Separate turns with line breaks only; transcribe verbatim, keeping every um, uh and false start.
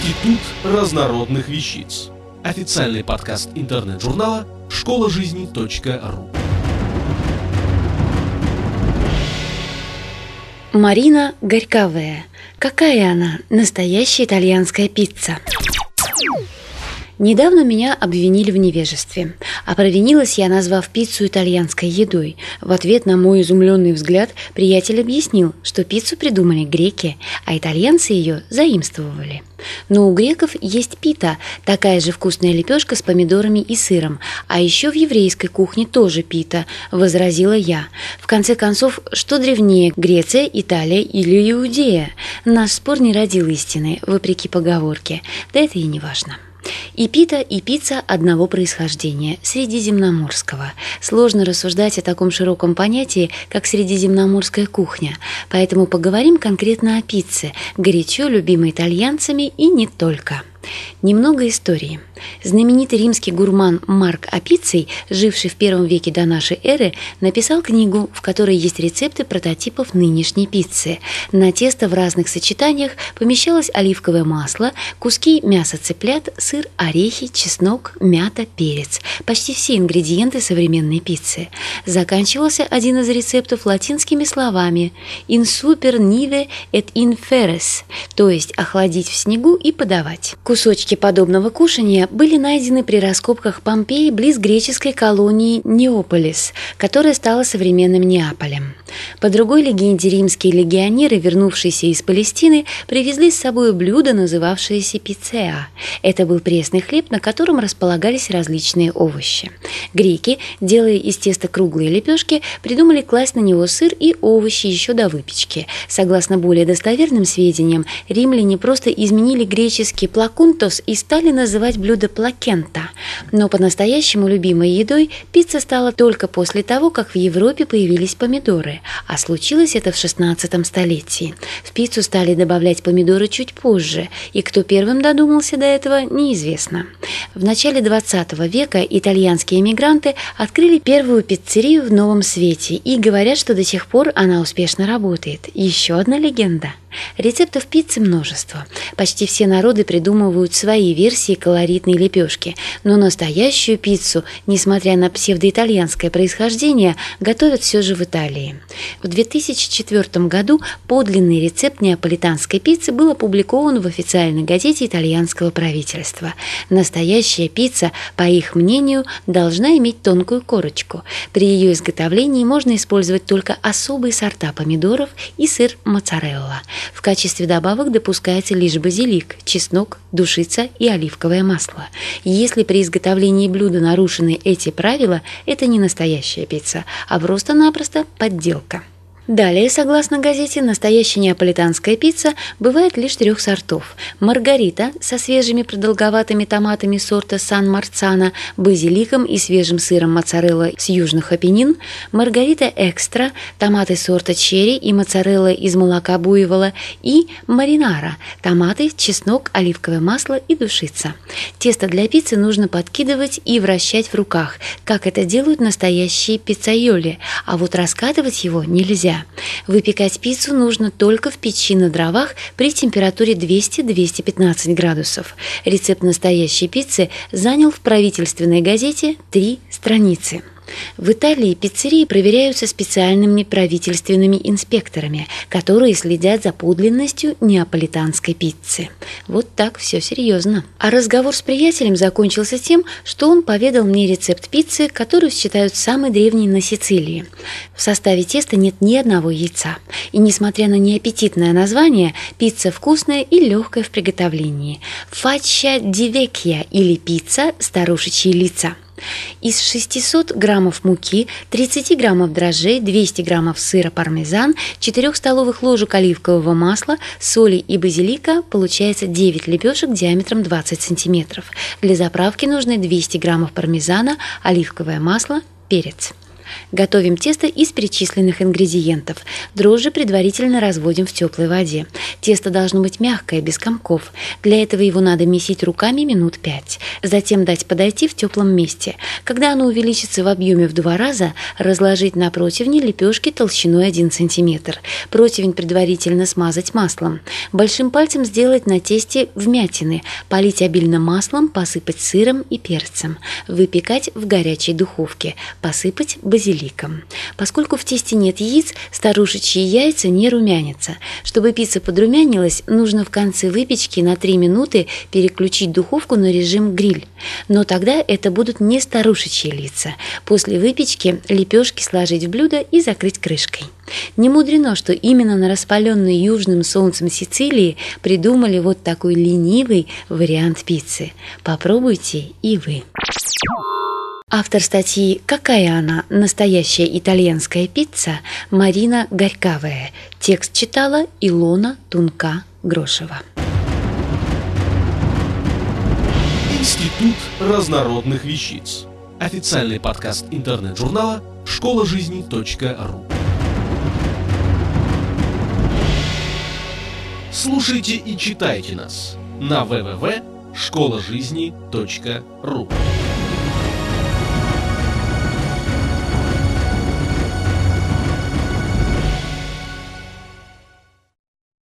Институт разнородных вещиц. Официальный подкаст интернет-журнала школа жизни точка ру.
Марина Горьковая. Какая она, настоящая итальянская пицца? Недавно меня обвинили в невежестве, а провинилась я, назвав пиццу итальянской едой. В ответ на мой изумленный взгляд приятель объяснил, что пиццу придумали греки, а итальянцы ее заимствовали. Но у греков есть пита, такая же вкусная лепешка с помидорами и сыром, а еще в еврейской кухне тоже пита, возразила я. В конце концов, что древнее, Греция, Италия или Иудея? Наш спор не родил истины, вопреки поговорке, да это и не важно. И пита, и пицца одного происхождения – средиземноморского. Сложно рассуждать о таком широком понятии, как средиземноморская кухня, поэтому поговорим конкретно о пицце, горячо любимой итальянцами и не только. Немного истории. Знаменитый римский гурман Марк Апиций, живший в первом веке до нашей эры, написал книгу, в которой есть рецепты прототипов нынешней пиццы. На тесто в разных сочетаниях помещалось оливковое масло, куски мяса цыплят, сыр, орехи, чеснок, мята, перец. Почти все ингредиенты современной пиццы. Заканчивался один из рецептов латинскими словами «in super nive et in feres», то есть охладить в снегу и подавать. Кусочки подобного кушания были найдены при раскопках Помпеи близ греческой колонии Неополис, которая стала современным Неаполем. По другой легенде, римские легионеры, вернувшиеся из Палестины, привезли с собой блюдо, называвшееся пиццеа. Это был пресный хлеб, на котором располагались различные овощи. Греки, делая из теста круглые лепешки, придумали класть на него сыр и овощи еще до выпечки. Согласно более достоверным сведениям, римляне просто изменили греческий плакунтос и стали называть блюдо плакента. Но по-настоящему любимой едой пицца стала только после того, как в Европе появились помидоры, а случилось это в шестнадцатом столетии. В пиццу стали добавлять помидоры чуть позже, и кто первым додумался до этого, неизвестно. В начале двадцатого века итальянские эмигранты открыли первую пиццерию в Новом Свете и говорят, что до сих пор она успешно работает. Еще одна легенда. Рецептов пиццы множество. Почти все народы придумывают свои версии колоритной лепешки, но настоящую пиццу, несмотря на псевдоитальянское происхождение, готовят все же в Италии. В две тысячи четвёртом году подлинный рецепт неаполитанской пиццы был опубликован в официальной газете итальянского правительства. Настоящая пицца, по их мнению, должна иметь тонкую корочку. При ее изготовлении можно использовать только особые сорта помидоров и сыр моцарелла. В качестве добавок допускается лишь базилик, чеснок, душица и оливковое масло. Если при изготовлении блюда нарушены эти правила, это не настоящая пицца, а просто-напросто подделка. Далее, согласно газете, настоящая неаполитанская пицца бывает лишь трех сортов. Маргарита со свежими продолговатыми томатами сорта Сан-Марцано, базиликом и свежим сыром моцарелла с южных Апеннин, Маргарита экстра, томаты сорта черри и моцарелла из молока буйвола, и маринара, томаты, чеснок, оливковое масло и душица. Тесто для пиццы нужно подкидывать и вращать в руках, как это делают настоящие пиццайоли, а вот раскатывать его нельзя. Выпекать пиццу нужно только в печи на дровах при температуре двести - двести пятнадцать градусов. Рецепт настоящей пиццы занял в правительственной газете три страницы. В Италии пиццерии проверяются специальными правительственными инспекторами, которые следят за подлинностью неаполитанской пиццы. Вот так все серьезно. А разговор с приятелем закончился тем, что он поведал мне рецепт пиццы, которую считают самой древней на Сицилии. В составе теста нет ни одного яйца. И несмотря на неаппетитное название, пицца вкусная и легкая в приготовлении. Фачча ди векья или пицца старушечьи лица. Из шестисот граммов муки, тридцати граммов дрожжей, двухсот граммов сыра пармезан, четырёх столовых ложек оливкового масла, соли и базилика получается девять лепешек диаметром двадцать сантиметров. Для заправки нужны двести граммов пармезана, оливковое масло, перец. Готовим тесто из перечисленных ингредиентов. Дрожжи предварительно разводим в теплой воде. Тесто должно быть мягкое, без комков. Для этого его надо месить руками минут пять. Затем дать подойти в теплом месте. Когда оно увеличится в объеме в два раза, разложить на противне лепешки толщиной один сантиметр. Противень предварительно смазать маслом. Большим пальцем сделать на тесте вмятины, полить обильно маслом, посыпать сыром и перцем. Выпекать в горячей духовке, посыпать базиликом. Поскольку в тесте нет яиц, старушечьи яйца не румянятся. Чтобы пицца подрумянилась, нужно в конце выпечки на три минуты переключить духовку на режим гриль. Но тогда это будут не старушечьи лица. После выпечки лепешки сложить в блюдо и закрыть крышкой. Не мудрено, что именно на распаленной южным солнцем Сицилии придумали вот такой ленивый вариант пиццы. Попробуйте и вы. Автор статьи «Какая она, настоящая итальянская пицца» Марина Горькавая. Текст читала Илона Тунка-Грошева.
Институт разнородных вещиц. Официальный подкаст интернет-журнала школа жизни точка ру. Слушайте и читайте нас на дабл ю дабл ю дабл ю точка школа жизни точка ру.